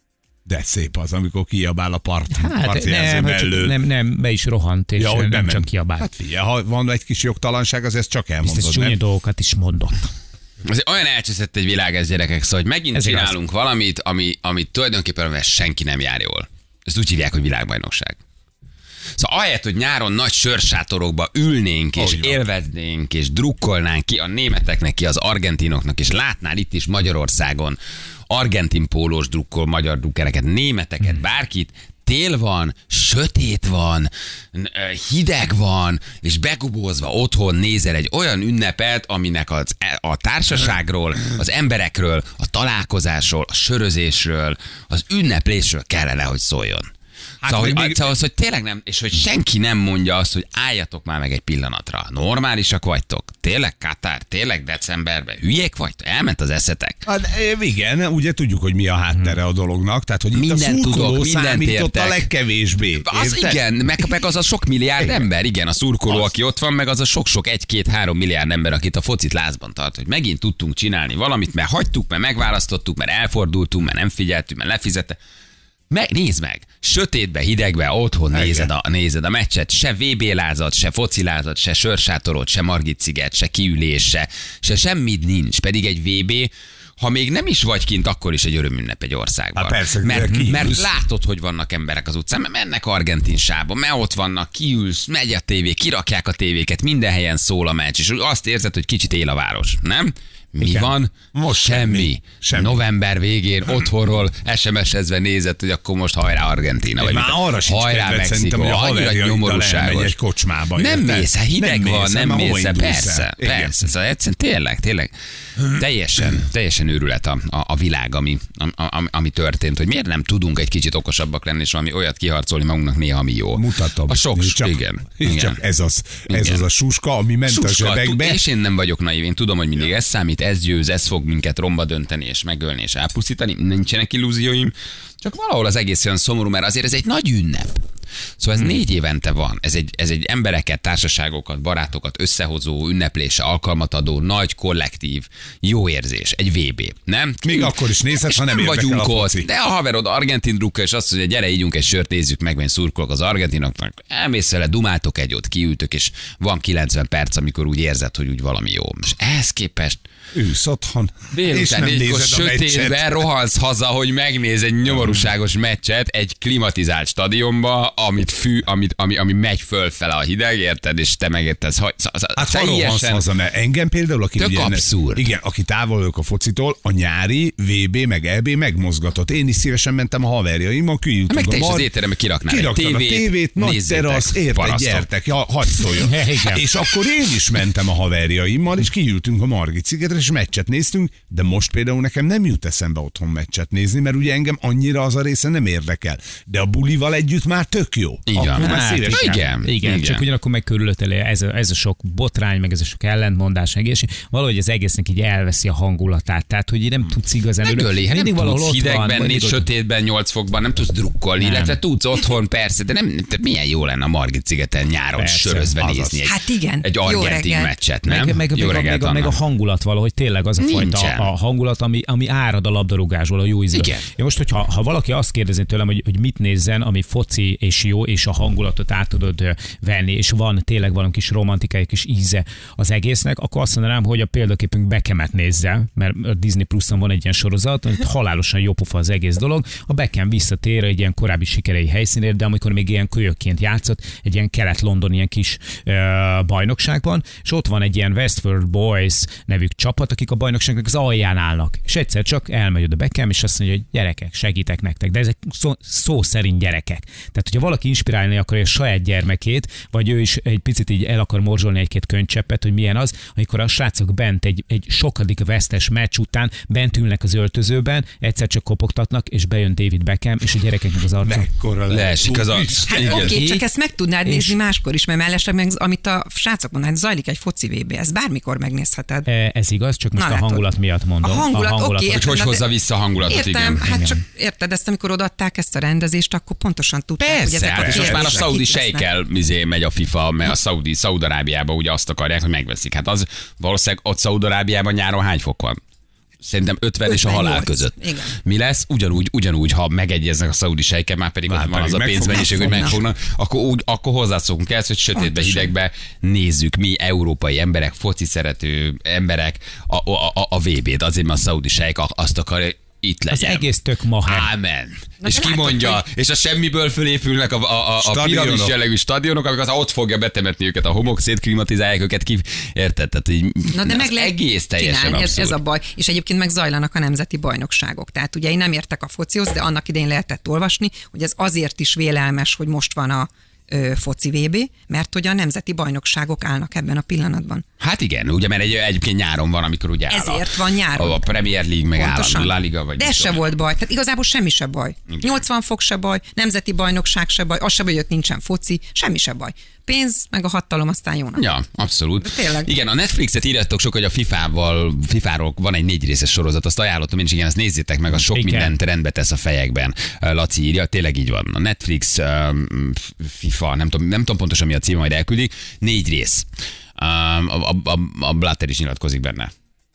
S3: De szép az, amikor kiabál a part,
S4: Hát
S3: parti
S4: nem,
S3: mellől.
S4: nem, nem, be is rohant, és
S3: Ja, hogy
S4: nem
S3: bement.
S4: csak kiabált.
S3: Hát figyelj, ha van egy kis jogtalanság, az ezt csak
S4: Biztos
S3: elmondod,
S4: csúnya
S3: nem?
S4: dolgokat is mondott.
S2: Azért olyan elcseszett egy világ ez, gyerekek, szóval, hogy megint
S4: Ez
S2: csinálunk
S4: igaz.
S2: valamit, ami, ami tulajdonképpen amivel senki nem jár jól. Ezt úgy hívják, hogy világbajnokság. Szóval ahelyett, hogy nyáron nagy sörsátorokba ülnénk, és
S3: Ahogy van.
S2: élveznénk, és drukkolnánk ki a németeknek, ki az argentinoknak, és látnál itt is Magyarországon argentin pólós drukkol, magyar drukkereket, németeket, bárkit, tél van, sötét van, n- ö, hideg van, és begubózva otthon nézel egy olyan ünnepet, aminek az, a társaságról, az emberekről, a találkozásról, a sörözésről, az ünneplésről kellene, hogy szóljon. Hát, szóval,
S3: vagy
S2: hogy,
S3: még-
S2: szóval az, hogy tényleg nem, és hogy senki nem mondja azt, hogy álljatok már meg egy pillanatra. Normálisak vagytok? Tényleg Katár? Tényleg decemberben? Hülyék vagytok? Elment az eszetek?
S3: Hát eh, igen, ugye tudjuk, hogy mi a háttere a dolognak, tehát hogy itt a
S2: Mindent
S3: szurkoló
S2: tudok, mindent
S3: számított a
S2: értek.
S3: legkevésbé.
S2: Az
S3: érted?
S2: igen, meg, meg az a sok milliárd
S3: Igen.
S2: ember, igen, a szurkoló,
S3: Az.
S2: aki ott van, meg az a sok-sok egy-két-három milliárd ember, akit a focit lázban tart, hogy megint tudtunk csinálni valamit, mert hagytuk, mert megválasztottuk, mert elfordultunk, mert nem figyeltünk, mert lefizette. Meg, nézd meg, sötétbe, hidegbe, otthon
S3: Igen.
S2: nézed a, nézed a meccset, se vé bé lázad, se focilázad, se sörsátorod, se Margit sziget, se kiülés, se, se semmit nincs, pedig egy vé bé, ha még nem is vagy kint, akkor is egy örömünnep egy országban.
S3: Hát persze,
S2: mert,
S3: kiülsz.
S2: mert látod, hogy vannak emberek az utcán, mert mennek argentin sába, mert ott vannak, kiülsz, megy a tévé, kirakják a tévéket, minden helyen szól a meccs, és azt érzed, hogy kicsit él a város, nem? Mi
S3: Igen.
S2: van?
S3: Most
S2: semmi.
S3: semmi. Semmi.
S2: November végén otthonról es em es-ezve nézett, hogy akkor most hajrá Argentína. Vagy
S3: Már
S2: mit-
S3: arra sincs
S2: hajrá
S3: kedved, szerintem, hogy a
S2: annyira
S3: haverjaiddal elmegy
S2: nyomorúságos.
S3: egy kocsmába.
S2: Nem
S3: érted?
S2: mész, hát hideg
S3: Nem
S2: van,
S3: mész,
S2: nem
S3: már hova
S2: mész, el.
S3: indulsz
S2: Persze,
S3: el? Igen.
S2: persze. Szóval egyszerűen tényleg, tényleg teljesen, teljesen őrület a, a, a világ, ami, a, a, ami történt, hogy miért nem tudunk egy kicsit okosabbak lenni, és valami olyat kiharcolni magunknak néha, ami jó.
S3: Mutatom.
S2: A sok,
S3: csak,
S2: igen.
S3: és
S2: igen.
S3: csak ez az, ez
S2: Igen.
S3: az a suska, ami ment a
S2: Suska,
S3: zsebekbe.
S2: és én nem vagyok naív, én tudom, hogy mindig ez számít, ez győz, ez fog minket romba dönteni, és megölni, és elpusztítani, nincsenek illúzióim, csak valahol az egész olyan szomorú, mert azért ez egy nagy ünnep. Szóval ez négy évente van. Ez egy, ez egy embereket, társaságokat, barátokat összehozó, ünneplése, alkalmat adó, nagy kollektív, jó érzés. Egy vé bé, nem?
S3: Még akkor is nézhet,
S2: És
S3: ha nem érdekel
S2: vagyunk
S3: a
S2: ott.
S3: foci.
S2: De a haverod argentin drukker, és azt mondja, gyere, ígyunk egy sört, nézzük meg, mert én szurkolok az argentinoknak. Elmész vele, dumáltok egyot, kiültök, és van kilencven perc, amikor úgy érzed, hogy úgy valami jó. És ehhez képest
S3: Ősz otthon, és
S2: délután
S3: nem
S2: négykor
S3: nézed a meccset.
S2: sötétben rohansz haza, hogy megnéz egy nyomorúságos meccset egy klimatizált stadionba, amit fű, amit, ami, ami megy fölfele a hideg, érted, és te megértesz. Ha,
S3: Hát ha rohansz
S2: teljesen
S3: haza, mert engem például, aki
S2: Tök
S3: ugye,
S2: abszurd.
S3: igen, aki távol vagyok a focitól, a nyári vé bé meg é bé megmozgatott. Én is szívesen mentem a haverjaimmal, kiültünk
S2: meg te
S3: a
S2: is az
S3: mar-
S2: étterembe kiraknál
S3: Kiraktad
S2: egy
S3: a
S2: tévét,
S3: tévét, nagy
S2: nézzétek,
S3: terasz, érted,
S2: parasztok.
S3: gyertek, ja, hagyd szóljon.
S4: Igen.
S3: És akkor én is mentem a haverjaimmal, és kiültünk a Margit szigetre, és meccset néztünk, de most például nekem nem jut eszembe otthon meccset nézni, mert ugye engem annyira az a része nem érdekel. De a bulival együtt már tök jó.
S2: Így van.
S3: Akkor már
S2: Hát,
S3: szívesen.
S2: igen.
S4: Igen, csak ugyanakkor meg körülötte ez a, ez a sok botrány, meg ez a sok ellentmondás, egész, valahogy az egésznek így elveszi a hangulatát. Tehát, hogy így nem tudsz igazán
S2: Megöli, hát
S4: mindig
S2: nem
S4: valahol
S2: tudsz
S4: ott van,
S2: hidegben,
S4: vagy
S2: négy
S4: mindig ott-
S2: sötétben, nyolc fokban, nem tudsz drukkolni,
S4: Nem.
S2: illetve tudsz otthon, persze, de nem, de milyen jó lenne a Margit szigeten nyáron
S4: Persze,
S2: sörözve
S3: azaz.
S2: nézni egy,
S5: Hát igen,
S2: egy
S5: jó
S2: argentin
S5: reggelt.
S2: meccset, nem?
S4: Meg, meg,
S2: jó
S4: meg, a, meg,
S2: reggelt,
S4: a, meg a
S2: Anna.
S4: hangulat valahogy tényleg az a
S2: Nincsen.
S4: fajta a hangulat, ami, ami árad a labdarúgásból, a jó ízből.
S2: Igen.
S4: Ja, most, hogyha ha valaki azt kérdezi tőlem, hogy, hogy mit nézzen, ami foci és jó, és a hangulatot át tudod ö, venni, és van tényleg valami kis romantikai kis íze az egésznek, akkor azt mondanám, hogy a példaképünk Beckhamet nézze, mert a Disney Pluson van egy ilyen sorozat, hogy halálosan jó pofa az egész dolog. A Beckham visszatér egy ilyen korábbi sikerei helyszínére, de amikor még ilyen kölyökként játszott, egy ilyen kelet-london ilyen kis ö, bajnokságban, és ott van egy ilyen Westford Boy Boys nevű csapat, akik a bajnokságnak az alján állnak. És egyszer csak elmegy oda Beckham, és azt mondja, hogy gyerekek, segítek nektek. De ezek szó, szó szerint gyerekek. Tehát, hogyha valaki inspirálni akarja a saját gyermekét, vagy ő is egy picit így el akar morzsolni egy-két könycseppet, hogy milyen az, amikor a srácok bent egy, egy sokadik vesztes meccs után bent ülnek az öltözőben, egyszer csak kopogtatnak, és bejön David Beckham, és a gyerekeknek az arca.
S3: Mekkora
S2: leesik az arc.
S5: Hát oké, okay, csak ezt meg tudnád nézni máskor is, mert mellesleg meg, amit a srácok mondanak, zajlik egy foci vé bé, ezt bármikor megnézheted.
S4: Ez igaz, csak most
S5: Na,
S4: a hangulat miatt mondom.
S5: A hangulat,
S4: a hangulat
S5: oké.
S2: Hogy hogy hozza vissza a hangulatot,
S5: értem,
S2: igen.
S5: hát
S2: igen.
S5: csak érted, ezt amikor odaadták ezt a rendezést, akkor pontosan tudták, hogy
S2: Persze,
S5: ezek
S2: hát
S5: a
S2: és most már a
S5: kérdések
S2: szaudi
S5: itt lesznek.
S2: sejkkel izé megy a FIFA, mert a szaudi, Szaúd-Arábiába ugye azt akarják, hogy megveszik. Hát az valószínűleg ott Szaúd-Arábiában nyáron hány fok van? Szerintem ötven és a halál
S5: ötvennyolc.
S2: között.
S5: Igen.
S2: Mi lesz? Ugyanúgy, ugyanúgy, ha megegyeznek a szaudi sejkkel, már pedig
S3: Már
S2: ott van
S3: pedig
S2: az a
S3: meg
S2: pénzmennyiség, hogy
S5: fognak.
S2: megfognak, akkor, úgy, akkor hozzászokunk ehhez, hogy sötétbe,
S5: Pontosan.
S2: hidegbe nézzük mi, európai emberek, foci szerető emberek a, a, a, a vé bét. Azért, mert a szaudi sejk azt akarja, itt legyen.
S4: Az egész tök mahe.
S2: Ámen.
S5: Na,
S2: És
S5: de
S2: ki
S5: látod,
S2: mondja,
S5: hogy-
S2: és a semmiből fölépülnek a, a, a, a
S3: Stadionok.
S2: piramis jellegű stadionok, amikor az ott fogja betemetni őket a homok, szétklimatizálják őket ki. Érted? Tehát így,
S5: Na de
S2: az
S5: meg lehet
S2: egész teljesen
S5: csinálni, ez,
S2: abszurd.
S5: ez a baj. És egyébként meg zajlanak a nemzeti bajnokságok. Tehát ugye én nem értek a focihoz, de annak idején lehetett olvasni, hogy ez azért is vélelmes, hogy most van a ö, foci vé bé, mert hogy a nemzeti bajnokságok állnak ebben a pillanatban.
S2: Hát igen, ugye, mert egy, egyébként nyáron van, amikor ugye áll
S5: Ezért
S2: a,
S5: van nyáron.
S2: a Premier League, meg áll a La Liga, vagy
S5: de
S2: mit
S5: ez se
S2: tudom.
S5: volt baj. Tehát igazából semmi se baj. nyolcvan fok se baj, nemzeti bajnokság se baj, az se baj, hogy ott nincsen foci, semmi se baj. Pénz, meg a hatalom, aztán jónak.
S2: Ja, abszolút.
S5: De tényleg.
S2: Igen, a Netflixet írjátok sok, hogy a fifával, fifáról van egy négy részes sorozat, azt ajánlottam én is, igen, ezt nézzétek meg, a sok
S4: Igen.
S2: mindent rendbe tesz a fejekben. Laci írja, tényleg így van. A Netflix, um, FIFA, nem tudom, nem tudom pontosan mi a címe, majd elküldik, négy rész. Um, a, a, a, a Blatter is nyilatkozik benne.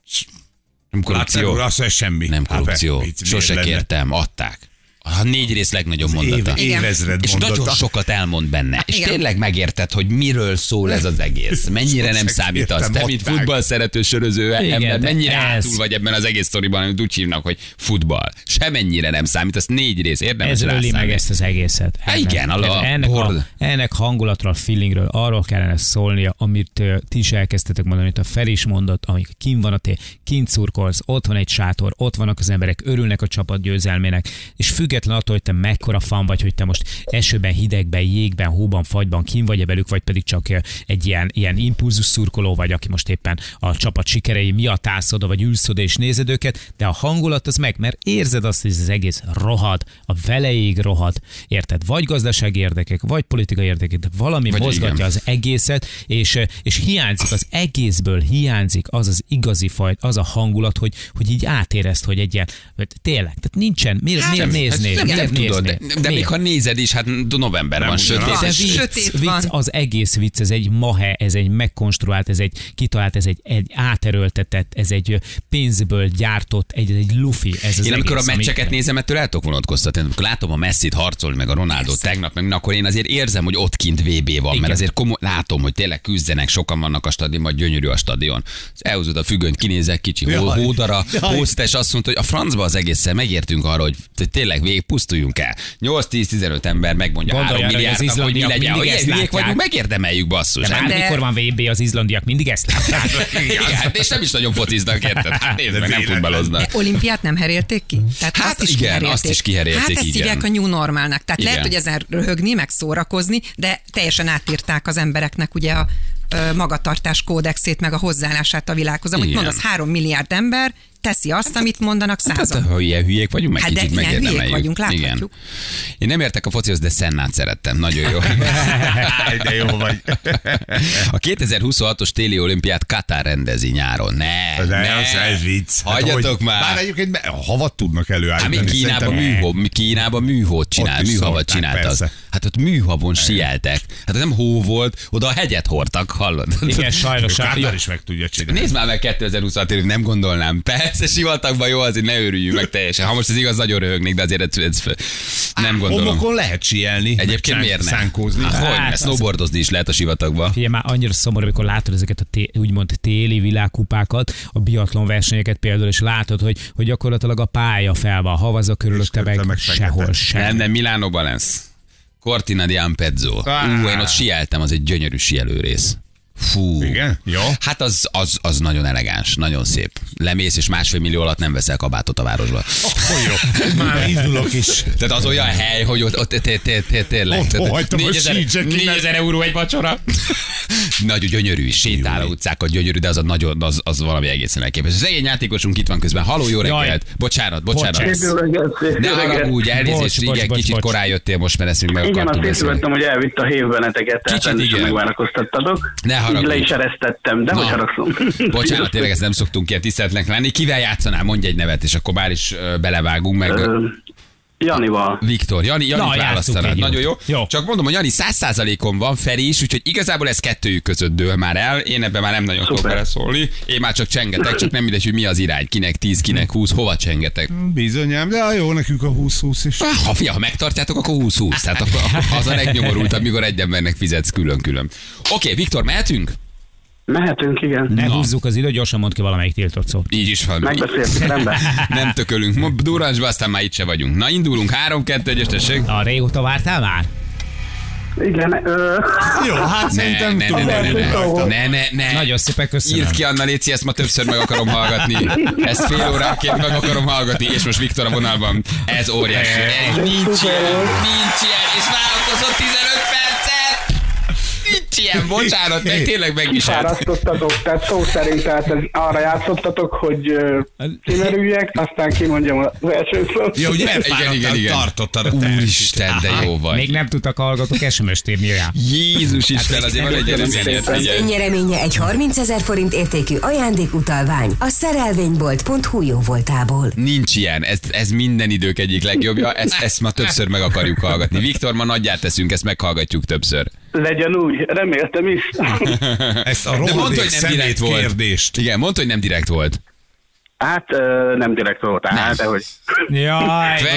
S2: Nem korrupció.
S3: Korrupció. Azt mondja, semmi.
S2: Nem
S3: Hát,
S2: korrupció.
S3: mit- miért
S2: Sose
S3: lenne?
S2: kértem, adták. A négy rész legnagyobb mondata.
S3: Éve,
S5: Igen.
S3: évezred
S2: És
S3: mondata.
S2: nagyon sokat elmond benne. És
S5: igen.
S2: tényleg megérted, hogy miről szól ez az egész. Mennyire nem
S3: Sose
S2: számítasz.
S3: kértem,
S2: Te, mint
S3: adták.
S2: futball szerető söröző
S4: Igen,
S2: ember,
S4: de
S2: mennyire
S4: ez-
S2: hátul vagy ebben az egész sztoriban, amit úgy hívnak, hogy futball. Semennyire nem számítasz. Négy rész, érdemes
S4: Ez öli meg
S2: rászállni.
S4: ezt az egészet.
S2: Há, igen,
S4: Ez-
S2: a-
S4: ennek, a,
S2: bord.
S4: ennek hangulatról, a feelingről, arról kellene szólnia, amit uh, ti is elkezdtetek mondani, amit a Feri is mondott, amikor kint van a té, kint szurkolsz, ott van egy sátor, ott vannak az emberek, örülnek a csapat győzelmének, és független attól, hogy te mekkora fan vagy, hogy te most esőben, hidegben, jégben, hóban, fagyban kint vagy velük, vagy pedig csak uh, egy ilyen, ilyen impulzus szurkoló vagy, aki most éppen a csapat sikerei miatt állsz oda, vagy ülsz oda és nézed őket, de a hangulat az meg, mert érzed azt, hogy ez az egész rohad, a veleig rohad, érted? Vagy gazdasági érdekek, vagy politikai érdekek, de valami
S2: Vagy
S4: mozgatja
S2: igen.
S4: az egészet, és, és hiányzik az egészből, hiányzik az az igazi fajt, az a hangulat, hogy, hogy így átérezd, hogy egy ilyen, hogy tényleg, tehát nincsen, miért,
S5: Hát,
S4: miért
S5: nem,
S4: néznél?
S2: nem, nem
S4: miért
S2: tudod, de,
S4: néznél?
S2: de még
S4: Miért?
S2: ha nézed is, hát november van, sötét.
S3: ugyanaz.
S4: De
S5: Van,
S4: vicc,
S5: sötét
S4: vicc,
S5: van.
S4: az egész vicc, ez egy mahe, ez egy megkonstruált, ez egy kitalált, ez egy, egy áterőltetett, ez egy pénzből gyártott, egy, egy lufi. Ez az
S2: Én amikor a
S4: egész, ami-
S2: meccseket nézem, ettől el tudok vonatkoztatni. Amikor látom a Messit harcolni, meg a Ronaldo tegnap, meg akkor én azért érzem, hogy ott kint vé bé van,
S4: Igen.
S2: mert azért komoly, látom, hogy tényleg küzdenek, sokan vannak a stadionban, gyönyörű a stadion. Elhúzod a függönyt, kinézek kicsi hó,
S3: Jaj.
S2: hódara,
S3: Jaj.
S2: hózta, és azt mondta, hogy a francba az egésszel megértünk arra, hogy tényleg végig pusztuljunk el. nyolc-tíz-tizenöt ember megmondja
S4: Gondolj
S2: három
S4: arra, hogy az
S2: milliárdnak, hogy mi
S4: izlandiak
S2: legyen. Hogy
S4: mindig ezt
S2: hülyék
S4: látják.
S2: vagyunk, megérdemeljük, basszus.
S4: De
S2: Hát,
S4: már mikor van vé bé, az izlandiak mindig ezt látják.
S2: igen, hát és nem is nagyon fociznak, érted? Hát nézd meg, nem
S3: véletlen.
S2: futballoznak.
S5: De olimpiát nem herélték ki? Tehát
S2: Hát
S5: azt is
S2: igen,
S5: kiherélték.
S2: azt is kiherélték,
S5: Hát ezt
S2: igen.
S5: hívják a new normálnak. Tehát
S2: Igen.
S5: lehet, hogy ezen röhögni, meg szórakozni, de teljesen átírták az embereknek ugye a ö, magatartás kódexét, meg a hozzáállását a világhoz. Amit
S2: Igen.
S5: mondasz, három milliárd ember teszi azt, amit mondanak
S2: Hát,
S5: százan.
S2: ha ilyen hülyék vagyunk, meg
S5: Hát de
S2: kicsit
S5: ilyen hülyék
S2: megérdemeljük.
S5: vagyunk, láthatjuk.
S2: Igen. Én nem értek a focihoz, de Szennát szerettem. Nagyon jó.
S3: De jó vagy.
S2: A kétezer-huszonhatos téli olimpiát Katár rendezi nyáron. Ne,
S3: De
S2: ne.
S3: az egy vicc. Hát,
S2: Hagyjatok
S3: hogy-
S2: már.
S3: Bár egyébként be- havat tudnak
S2: Hát
S3: előállítani.
S2: még Kínában
S3: szerintem-
S2: műhó, Kínában műhót csinál,
S3: Ott is
S2: műhavat
S3: szólták,
S2: csináltak.
S3: persze.
S2: Hát ott műhavon sieltek. Hát nem hó volt, oda a hegyet hordtak, hallod?
S4: Igen, sajnos.
S3: Kádár is meg tudja csinálni.
S2: Nézd már meg kétezer-huszonhat év, nem gondolnám. Persze, sivatagban jó, azért ne őrüljünk meg teljesen. Ha most ez igaz, nagyon röhögnék, de azért ez, ez nem gondolom.
S3: Homokon lehet síelni.
S2: Egyébként
S3: meg
S2: miért ne?
S3: szánkózni.
S2: Hát, hogy ne?
S4: Hát, az-
S2: Snowboardozni is lehet a sivatagban.
S4: Figyelj, már annyira szomorú, amikor látod ezeket a té- úgymond téli világkupákat, a biatlon versenyeket például, és látod, hogy, hogy gyakorlatilag a pálya fel van havazva körülötte, meg,
S3: közben meg
S4: sehol
S3: fekete.
S4: sem.
S2: Nem, nem, Milánóban lesz. Cortina di Ampezzo.
S3: Ah.
S2: Ú, én ott sieltem, az egy gyönyörű sielőrész. Fú.
S3: Igen? Jó.
S2: Hát az, az, az nagyon elegáns, nagyon szép. Lemész, és másfél millió alatt nem veszel kabátot a városba.
S3: Oh, jó. Már indulok is.
S2: Tehát az olyan hely, hogy ott, ott tényleg.
S3: Ott hagytam, hogy sincsek ki.
S2: négyezer euró egy vacsora. Nagyon gyönyörű, sétál a utcákat, gyönyörű, de az, a nagyon, az, az valami egészen elképesztő. Szegény játékosunk itt van közben. Haló, jó reggelt. Bocsánat, bocsánat.
S3: Bocsánat.
S2: Ne haragudj, elnézést,
S4: Bocs,
S2: igen,
S4: bocs,
S2: kicsit
S4: bocs.
S2: korán jöttél, most mert ezt még meg
S6: Igen,
S2: akartunk
S6: azt
S2: beszélni.
S6: észrevettem, hogy elvitt a hév benneteket, tehát
S2: Kicsit
S6: rendesen
S2: igen.
S6: megvárakoztattatok.
S2: Ne
S6: Így
S2: haragudj.
S6: le is eresztettem, de
S2: Na.
S6: most haragszom.
S2: Bocsánat, tényleg ezt nem szoktunk ilyen tiszteletlenek lenni. Kivel játszanál? Mondj egy nevet, és akkor már is ö, belevágunk meg.
S6: Ö, Janival.
S2: Viktor, Jani, Jani
S4: Na, játsszuk
S2: választanád.
S4: egy jót.
S2: Nagyon jó.
S4: Jó.
S2: Csak mondom, hogy Jani száz százalékon van, Feri is, úgyhogy igazából ez kettőjük között dől már el. Én ebben már nem nagyon tudok
S6: Szuper.
S2: beleszólni. Én már csak csengetek, csak nem mindegy, hogy mi az irány. Kinek tíz, kinek húsz, hova csengetek.
S3: Bizonyám, de jó nekünk a húsz-húsz is.
S2: Ha, fia, ha megtartjátok, akkor húsz-húsz. Tehát akkor az a legnyomorultabb, mikor egy embernek fizetsz külön-külön. Oké, Viktor, mehetünk?
S6: Mehetünk, igen.
S4: Ne
S2: Na.
S4: húzzuk az időt, gyorsan mondd ki valamelyik tiltott szót.
S2: Így is van.
S6: Megbeszéltük, rendben.
S2: Nem tökölünk. Ma durrancsba, aztán már itt se vagyunk. Na, indulunk. három, kettő, egyes, tessék.
S4: A régóta vártál már?
S6: Igen, ö,
S3: Jó, hát
S2: Ne,
S3: szerintem
S2: ne, ne, ne, ne, ne, ne, ne, ne.
S4: Nagyon szépen köszönöm.
S2: Írd ki, Anna, Léci, ezt ma többször meg akarom hallgatni. Ezt fél óránként meg akarom hallgatni, és most Viktor a vonalban. Ez óriási. Ez nincs ilyen, nincs ilyen, és vállalkozott tizenöt percet. Nincs ilyen, bocsánat, meg tényleg megviselt.
S6: fárasztottatok, tehát szó szerint tehát ez, arra játszottatok, hogy ö, kimerüljek, aztán kimondjam az első szót.
S3: Ja, ugye
S2: Igen,
S3: elfáradtál,
S2: igen, igen.
S3: tartottad a
S2: Úristen, de jó vagy.
S4: Még nem tudtak a hallgatók es em es-t írni rá.
S2: Jézus Isten, azért van egy eredményed,
S7: Az
S2: figyelj.
S7: önnyereménye egy harmincezer forint értékű ajándékutalvány a szerelvénybolt pont hu jó voltából.
S2: Nincs ilyen, ez, ez minden idők egyik legjobbja, ezt, ezt ma többször meg akarjuk hallgatni. Viktor, ma nagyját teszünk, ezt meghallgatjuk többször.
S6: Legyen úgy, reméltem is.
S3: Ezt a
S2: De mondd,
S3: rohadék
S2: hogy nem direkt
S3: szemét
S2: volt.
S3: kérdést.
S2: Igen, mondd, hogy nem direkt volt.
S6: Hát ö, nem direkt volt, hát, de hogy
S4: Jaj, most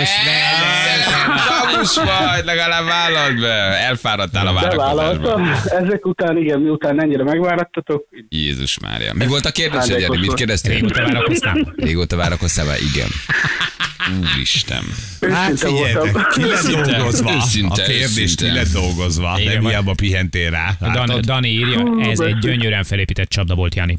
S2: Kamus vagy, legalább vállald be. Elfáradtál a várakozásban.
S6: bevállaltam. Ezek után, igen, miután ennyire megvárattatok,
S2: Jézus Mária. Mi volt a kérdés, Gyeri? Mit
S6: volt.
S2: kérdeztél?
S4: régóta várakoztál.
S2: Régóta várakoztál már? Igen. Úristen.
S3: Hát
S6: őszinte voltam.
S3: figyeljetek, ki lett
S2: Őszinte,
S3: dolgozva?
S2: őszinte,
S3: A kérdés
S2: őszinte.
S3: ki lett dolgozva.
S4: Igen,
S3: Nem
S4: vagy-
S3: hiába pihentél rá.
S4: Dan,
S3: Látod?
S4: Dani írja, ez egy gyönyörűen felépített csapda volt, Jani.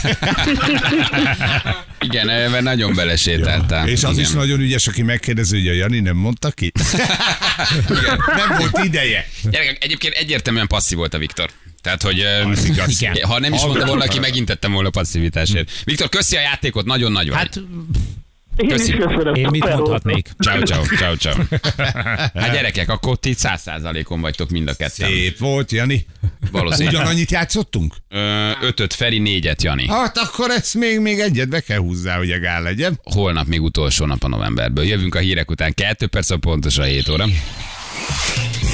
S2: Igen, mert nagyon belesétáltál.
S3: És az
S2: Igen.
S3: is nagyon ügyes, aki megkérdezi, hogy a Jani nem mondta ki. Nem volt ideje.
S2: Gyerekek, egyébként egyértelműen passzív volt a Viktor. Tehát, hogy
S3: Az
S2: ö,
S3: igaz.
S4: Igen.
S2: ha nem is mondta
S3: Hallgatok.
S2: volna, ki megint tettem volna passzivitásért. Viktor, köszi a játékot, nagyon nagy vagy.
S4: Hát
S6: Én is
S2: Köszi.
S6: köszönöm.
S4: én mit
S6: Szuper volt.
S4: mondhatnék?
S2: Ciao, ciao, ciao, ciao. Hát gyerekek, akkor ti száz százalékon vagytok mind a ketten.
S3: Szép volt, Jani.
S2: Valószínűleg.
S3: Ugyanannyit játszottunk?
S2: Ö, ötöt Feri, négyet Jani.
S3: Hát akkor ezt még, még egyet be kell húzzá, hogy egál legyen.
S2: Holnap még utolsó nap a novemberből. Jövünk a hírek után, kettő perc a pontosan hét óra.